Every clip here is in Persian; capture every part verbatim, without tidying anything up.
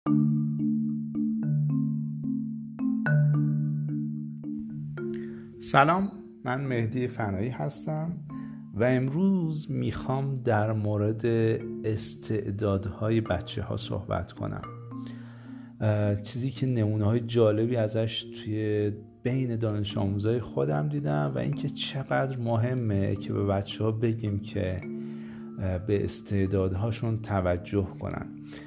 سلام، من مهدی فنایی هستم و امروز میخوام در مورد استعدادهای بچه ها صحبت کنم. چیزی که نمونه های جالبی ازش توی بین دانش آموزای خودم دیدم و اینکه چقدر مهمه که به بچه ها بگیم که به استعدادهاشون توجه کنن.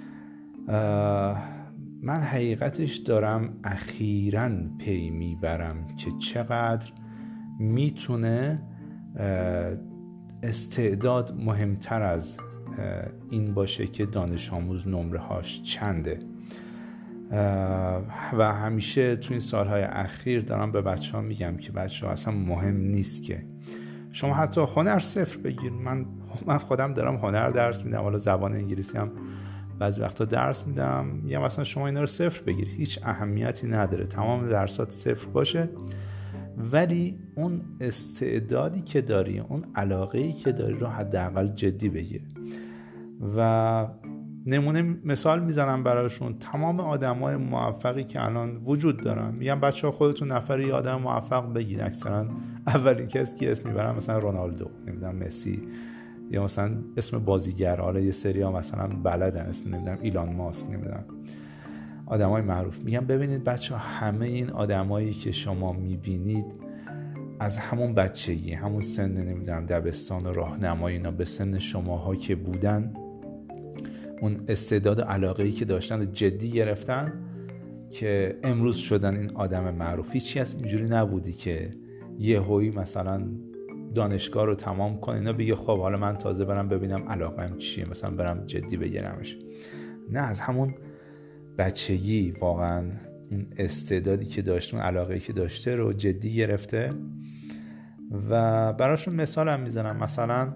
من حقیقتش دارم اخیراً پی میبرم که چقدر میتونه استعداد مهمتر از این باشه که دانش آموز نمره هاش چنده. و همیشه تو این سالهای اخیر دارم به بچه ها میگم که بچه ها اصلا مهم نیست که شما حتی هنر صفر بگیر. من من خودم دارم هنر درس میدم، حالا زبان انگلیسی هم بعضی وقتا درس میدم، میگم مثلا شما اینا رو صفر بگیر، هیچ اهمیتی نداره، تمام درسات صفر باشه، ولی اون استعدادی که داری، اون علاقه‌ای که داری رو حداقل جدی بگیر. و نمونه مثال میزنم براشون. تمام آدمای موفقی که الان وجود دارن، میگم بچه‌ها خودتون نفری آدم موفق بگید، اکثرا اولین کسی که اسم میبرن مثلا رونالدو، نمیدونم مسی، یا مثلا اسم بازیگر، حالا یه سری ها مثلا بلدن اسم نمیدونم ایلان ماسک، نمیدونم آدمای معروف. میگم ببینید بچه ها، همه این آدمایی که شما میبینید از همون بچگی، همون سن نمیدونم دبستان و راهنمایی، اینا به سن شماها که بودن، اون استعداد علاقه‌ای که داشتن جدی گرفتن که امروز شدن این آدم معروف. هیچی از اینجوری نبودی که یهویی مثلا دانشگاه رو تمام کنه اینا بگه خب حالا من تازه برم ببینم علاقه‌ام چیه، مثلا برم جدی بگیرمش. نه، از همون بچگی واقعا اون استعدادی که داشته، اون علاقه‌ای که داشته رو جدی گرفته. و براشون مثالم میزنم. مثلا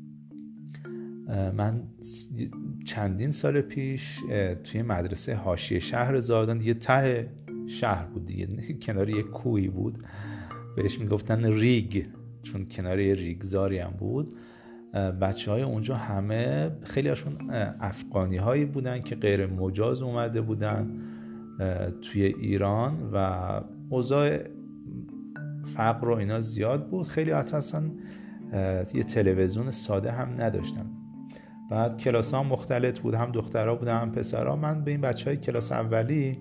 من چندین سال پیش توی مدرسه حاشیه شهر زاهدان، دیگه ته شهر بود دیگه، کنار یه کوهی بود، بهش میگفتن ریگ، چون کنار یه ریگزاری هم بود. بچه های اونجا همه خیلی هاشون افغانی هایی بودن که غیر مجاز اومده بودن توی ایران و اوضاع فقر و اینا زیاد بود. خیلی اصلا یه تلویزیون ساده هم نداشتن. بعد کلاس ها مختلط بود، هم دخترها بودن هم پسرها. من به این بچه های کلاس اولی،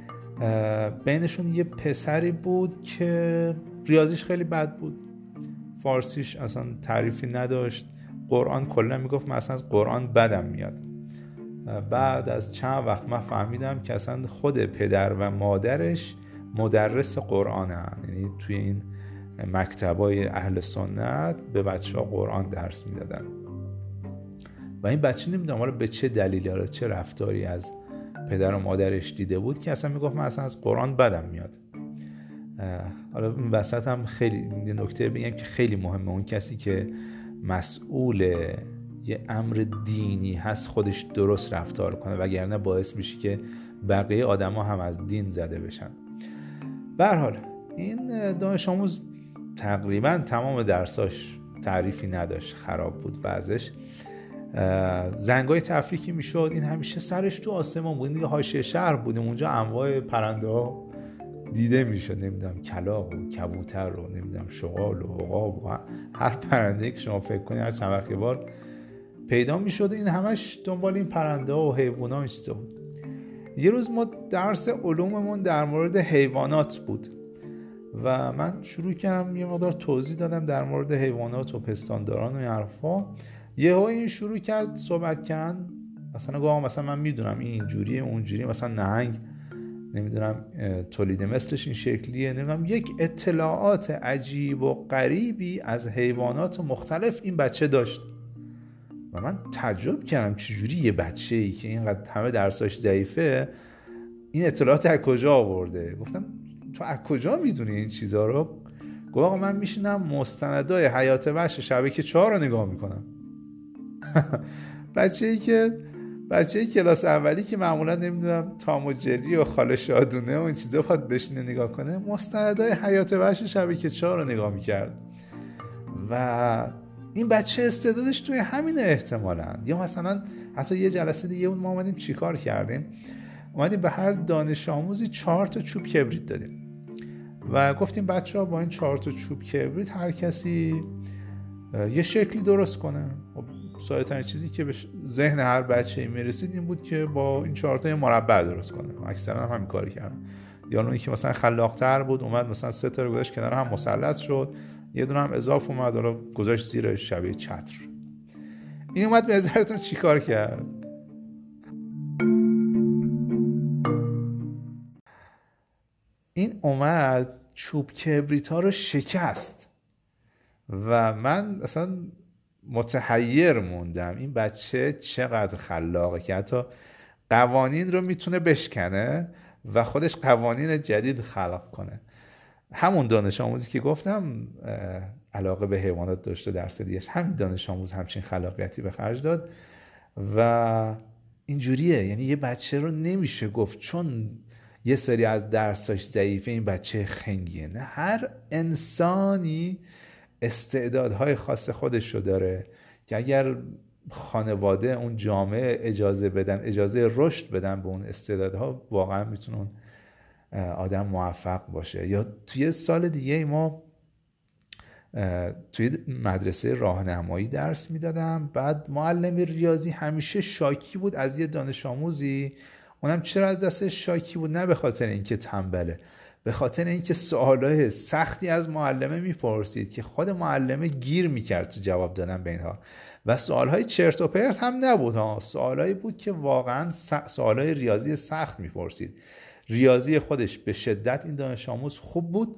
بینشون یه پسری بود که ریاضیش خیلی بد بود، فارسیش اصلا تعریفی نداشت، قرآن کلا میگفت من اصلا از قرآن بدم میاد. بعد از چند وقت من فهمیدم که اصلا خود پدر و مادرش مدرس قرآنن، یعنی توی این مکتبای اهل سنت به بچه ها قرآن درس میدادن. و این بچه نمیدونم حالا به چه دلیلی، حالا چه رفتاری از پدر و مادرش دیده بود که اصلا میگفت من اصلا از قرآن بدم میاد. حالا این وسط هم خیلی یه نکته بگم که خیلی مهمه، اون کسی که مسئول یه امر دینی هست خودش درست رفتار کنه، وگرنه باعث میشه که بقیه آدما هم از دین زده بشن. به هر حال این دانش آموز تقریبا تمام درساش تعریفی نداشت، خراب بود وضعش. زنگای تفریحی میشد، این همیشه سرش تو آسمون بود. دیگه حاشیه شهر بودیم، اونجا انواع پرنده ها دیده میشد، نمیدونم کلاغ و کبوتر و نمیدونم شغال و عقاب و هر پرنده که شما فکر کنید هر چند وقت یه بار پیدا میشد. این همش دنبال این پرنده ها و حیوانات ایسته بود. یه روز ما درس علوممون در مورد حیوانات بود و من شروع کردم یه مقدار توضیح دادم در مورد حیوانات و پستانداران و این حرفا. یهو این شروع کرد صحبت کردن، مثلا گفت مثلا من میدونم این اینجوریه اونجوریه، مثلا نهنگ نمیدونم تولید مثلش این شکلیه، نمیدونم یک اطلاعات عجیب و غریبی از حیوانات مختلف این بچه داشت. و من تعجب کردم چجوری یه بچه‌ای که اینقدر همه درساش ضعیفه این اطلاعات از کجا آورده. گفتم تو از کجا میدونی این چیزا رو؟ گفت آقا من میشینم مستندای حیات وحش شبکه چهار رو نگاه میکنم. بچه‌ای که بچه‌ای کلاس اولی که معمولا نمیدونم تام و جری و خاله شادونه و این چیزا باید بشینه نگاه کنه، مستندای حیات وحش شبکه چهار رو نگاه میکرد. و این بچه استعدادش توی همین احتمالاً. یا مثلا حتی یه جلسه دیگه بود ما اومدیم چیکار کردیم، اومدیم به هر دانش آموزی چهار تا چوب کبریت دادیم و گفتیم بچه ها با این چهار تا چوب کبریت هر کسی یه شکلی درست کنه. ساده ترین چیزی که به ذهن هر بچه‌ای میرسید این بود که با این چهار تا یه مربع درست کنه. اکثرا هم همین کاری کردن. یا اونی که مثلا خلاق‌تر بود اومد مثلا سه تا رو گذاشت کنار هم مثلث شد، یه دونه هم اضافه اومد حالا گذاشت زیر شبیه چتر. این اومد به نظرتون چیکار کرد؟ این اومد چوب کبریت ها رو شکست و من اصلا متحیر موندم این بچه چقدر خلاقه که حتی قوانین رو میتونه بشکنه و خودش قوانین جدید خلق کنه. همون دانش آموزی که گفتم علاقه به حیوانات داشته درس دیگه‌اش، همین دانش آموز همچین خلاقیتی به خرج داد و اینجوریه. یعنی یه بچه رو نمیشه گفت چون یه سری از درساش ضعیفه این بچه خنگیه. نه، هر انسانی استعدادهای خاص خودش رو داره که اگر خانواده اون جامعه اجازه بدن، اجازه رشد بدن به اون استعدادها، واقعا میتونه اون آدم موفق باشه. یا توی سال دیگه ما توی مدرسه راهنمایی درس میدادم، بعد معلم ریاضی همیشه شاکی بود از یه دانش آموزی. اونم چرا از دستش شاکی بود؟ نه به خاطر اینکه تنبله، به خاطر اینکه سوالای سختی از معلمه میپرسید که خود معلمه گیر میکرد تو جواب دادن به اینها و سوالهای چرت و پرت هم نبود ها، سوالایی بود که واقعا سوالای ریاضی سخت میپرسید. ریاضی خودش به شدت این دانش آموز خوب بود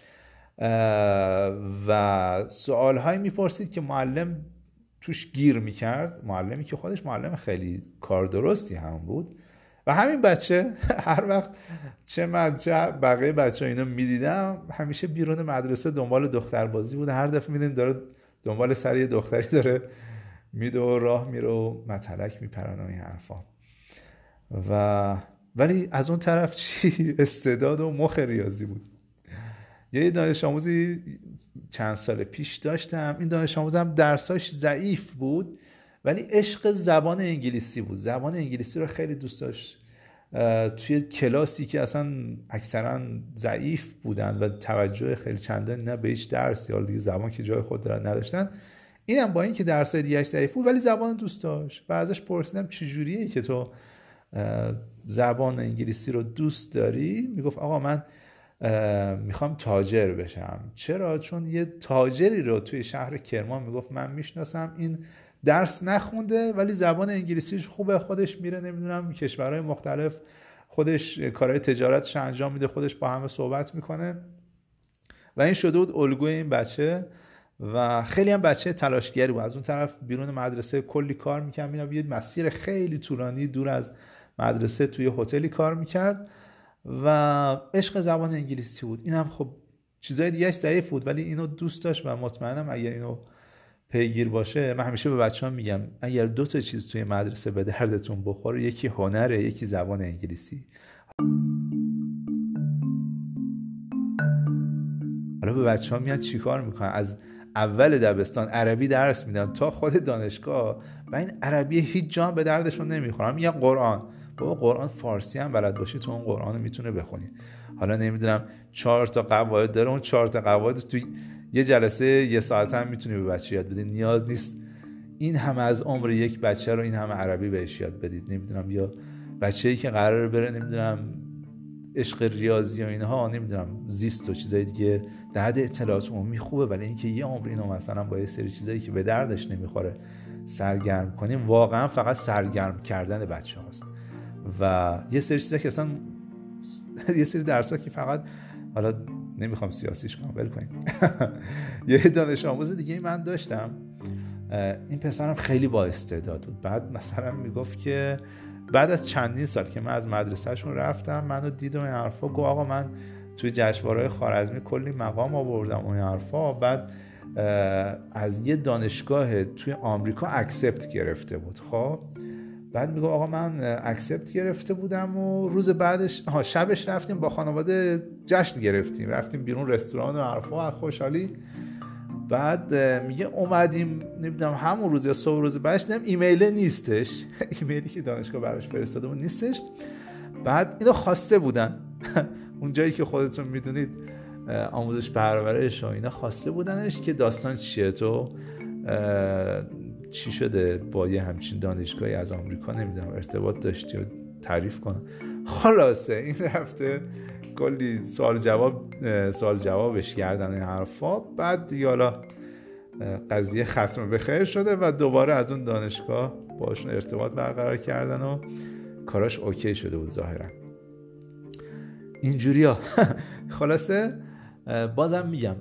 و سوالهایی میپرسید که معلم توش گیر میکرد، معلمی که خودش معلم خیلی کار درستی هم بود. و همین بچه هر وقت چه من چه بقیه بچه ها اینو میدیدم همیشه بیرون مدرسه دنبال دختر بازی بود. هر دفعه میدیم داره دنبال سر یه دختری داره میده و راه میره و متلک میپرن و این حرفا. و ولی از اون طرف چی؟ استعداد و مخ ریاضی بود. یه دانش آموزی چند سال پیش داشتم، این دانش آموزم درساش ضعیف بود ولی عشق زبان انگلیسی بود. زبان انگلیسی رو خیلی دوست داشت. توی کلاسی که اصلا اکثرا ضعیف بودن و توجه خیلی چندان نه به هیچ درس یا دیگه زبان که جای خود دارن نداشتن، اینم با این که درسای دیگه‌اش ضعیف بود ولی زبان دوست داشت. و ازش پرسیدم چجوریه که تو زبان انگلیسی رو دوست داری؟ میگفت آقا من میخوام تاجر بشم. چرا؟ چون یه تاجری رو توی شهر کرمان میگفت من میشناسم، این درس نخونده ولی زبان انگلیسیش خوبه، خودش میره نمیدونم کشورهای مختلف، خودش کارهای تجارتش انجام میده، خودش با همه صحبت میکنه. و این شده بود الگوی این بچه و خیلی هم بچه تلاشگری بود. از اون طرف بیرون مدرسه کلی کار میکرد، میرم یه مسیر خیلی طولانی دور از مدرسه توی هتلی کار میکرد و عشق زبان انگلیسی بود. اینم خب چیزای دیگه‌اش ضعیف بود ولی اینو دوست داشت و مطمئنم اگر اینو پیگیر باشه. من همیشه به بچه‌ها میگم اگر دو تا چیز توی مدرسه به دردتون بخوره، یکی هنره، یکی زبان انگلیسی. حالا به بچه‌ها میاد چیکار میکنن؟ از اول دبستان عربی درس میدن تا خود دانشگاه و این عربی هیچ جا به دردشون نمیخوره. میگن قرآن، بابا قرآن فارسی هم بلد باشی تو اون قرآن میتونه بخونی. حالا نمیدونم چهار تا قواعد داره، اون چهار تا قواعد تو یه جلسه یه ساعت هم میتونی به بچه یاد بدی. نیاز نیست این همه از عمر یک بچه رو این همه عربی بهش یاد بدید. نمیدونم یا بچه‌ای که قراره بره نمیدونم عشق ریاضی و اینها، نمیدونم زیست و چیزای دیگه در حد اطلاعات عمومی خوبه، ولی اینکه یه عمر اینو مثلا با یه سری چیزایی که به دردش نمیخوره سرگرم کنیم، واقعا فقط سرگرم کردن بچه‌هاست. و یه سری چیزا که اصلا یه سری درس‌ها که فقط، حالا نمیخوام سیاسیش کنم، ول کنیم. یه دانش آموز دیگه من داشتم، این پسرم خیلی با استعداد بود. بعد مثلا میگفت که بعد از چندین سال که من از مدرسهشون رفتم، منو دید و این حرفا، گفت آقا من توی جشنواره‌های خوارزمی کلی مقام آوردم و این حرفا. بعد از یه دانشگاه توی آمریکا اکسپت گرفته بود. خب بعد میگه آقا من اکسپت گرفته بودم و روز بعدش ها شبش رفتیم با خانواده جشن گرفتیم، رفتیم بیرون رستوران و حرفا خوشحالی. بعد میگه اومدیم نمیدونم همون روز یا صبح روز بعدش نم ایمیل نیستش، ایمیلی که دانشگاه براش فرستاده بود نیستش. بعد اینو خواسته بودن اون جایی که خودتون میدونید آموزش پرورش و اینا خواسته بودنش که داستان چیه، تو چی شده با یه همچین دانشگاهی از آمریکا نمیدونم ارتباط داشتی و تعریف کن. خلاصه این رفته کلی سوال جواب سوال جوابش کردن این حرفا. بعد دیگه حالا قضیه ختم به خیر شده و دوباره از اون دانشگاه باشون ارتباط برقرار کردن و کاراش اوکی شده بود ظاهرا. اینجوری ها. خلاصه بازم میگم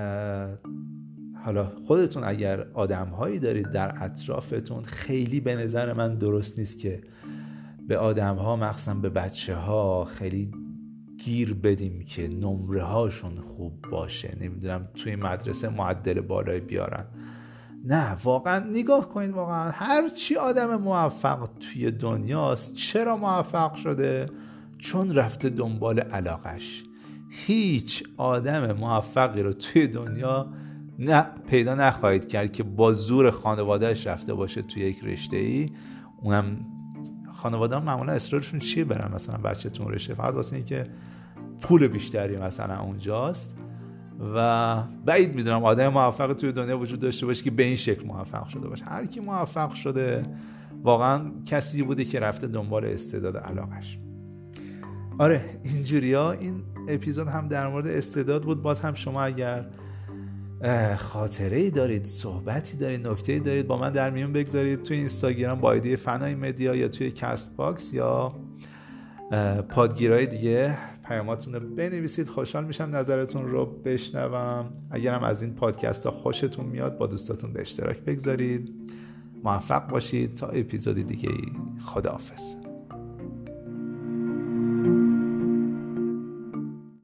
حالا خودتون اگر آدم هایی دارید در اطرافتون، خیلی به نظر من درست نیست که به آدم ها مخصوصا به بچه ها خیلی گیر بدیم که نمره هاشون خوب باشه، نمیدونم توی مدرسه معدل بالایی بیارن. نه واقعا نگاه کنید، واقعا هر چی آدم موفق توی دنیاست چرا موفق شده؟ چون رفته دنبال علاقش. هیچ آدم موفقی رو توی دنیا نه پیدا نخواهید کرد که با زور خانوادهش رفته باشه توی یک رشته‌ای، اونم خانواده ها معمولا اصرارشون چیه برن مثلا بچه‌تون رشته فقط واسه این که پول بیشتری مثلا اونجاست. و بعید میدونم آدم موفق توی دنیا وجود داشته باشه که به این شکل موفق شده باشه. هر کی موفق شده واقعا کسی بوده که رفته دنبال استعداد علاقش. آره اینجوریا این اپیزود هم در مورد استعداد بود. باز هم شما اگر خاطره‌ای دارید، صحبتی دارید، نکته‌ای دارید با من در میون بگذارید توی اینستاگرام با ایدی فنای مدیا یا توی کست باکس یا پادگیرهای دیگه پیاماتون رو بنویسید. خوشحال میشم نظرتون رو بشنوم. اگرم از این پادکست ها خوشتون میاد با دوستاتون به اشتراک بگذارید. موفق باشید تا اپیزود دیگه. خداحافظ.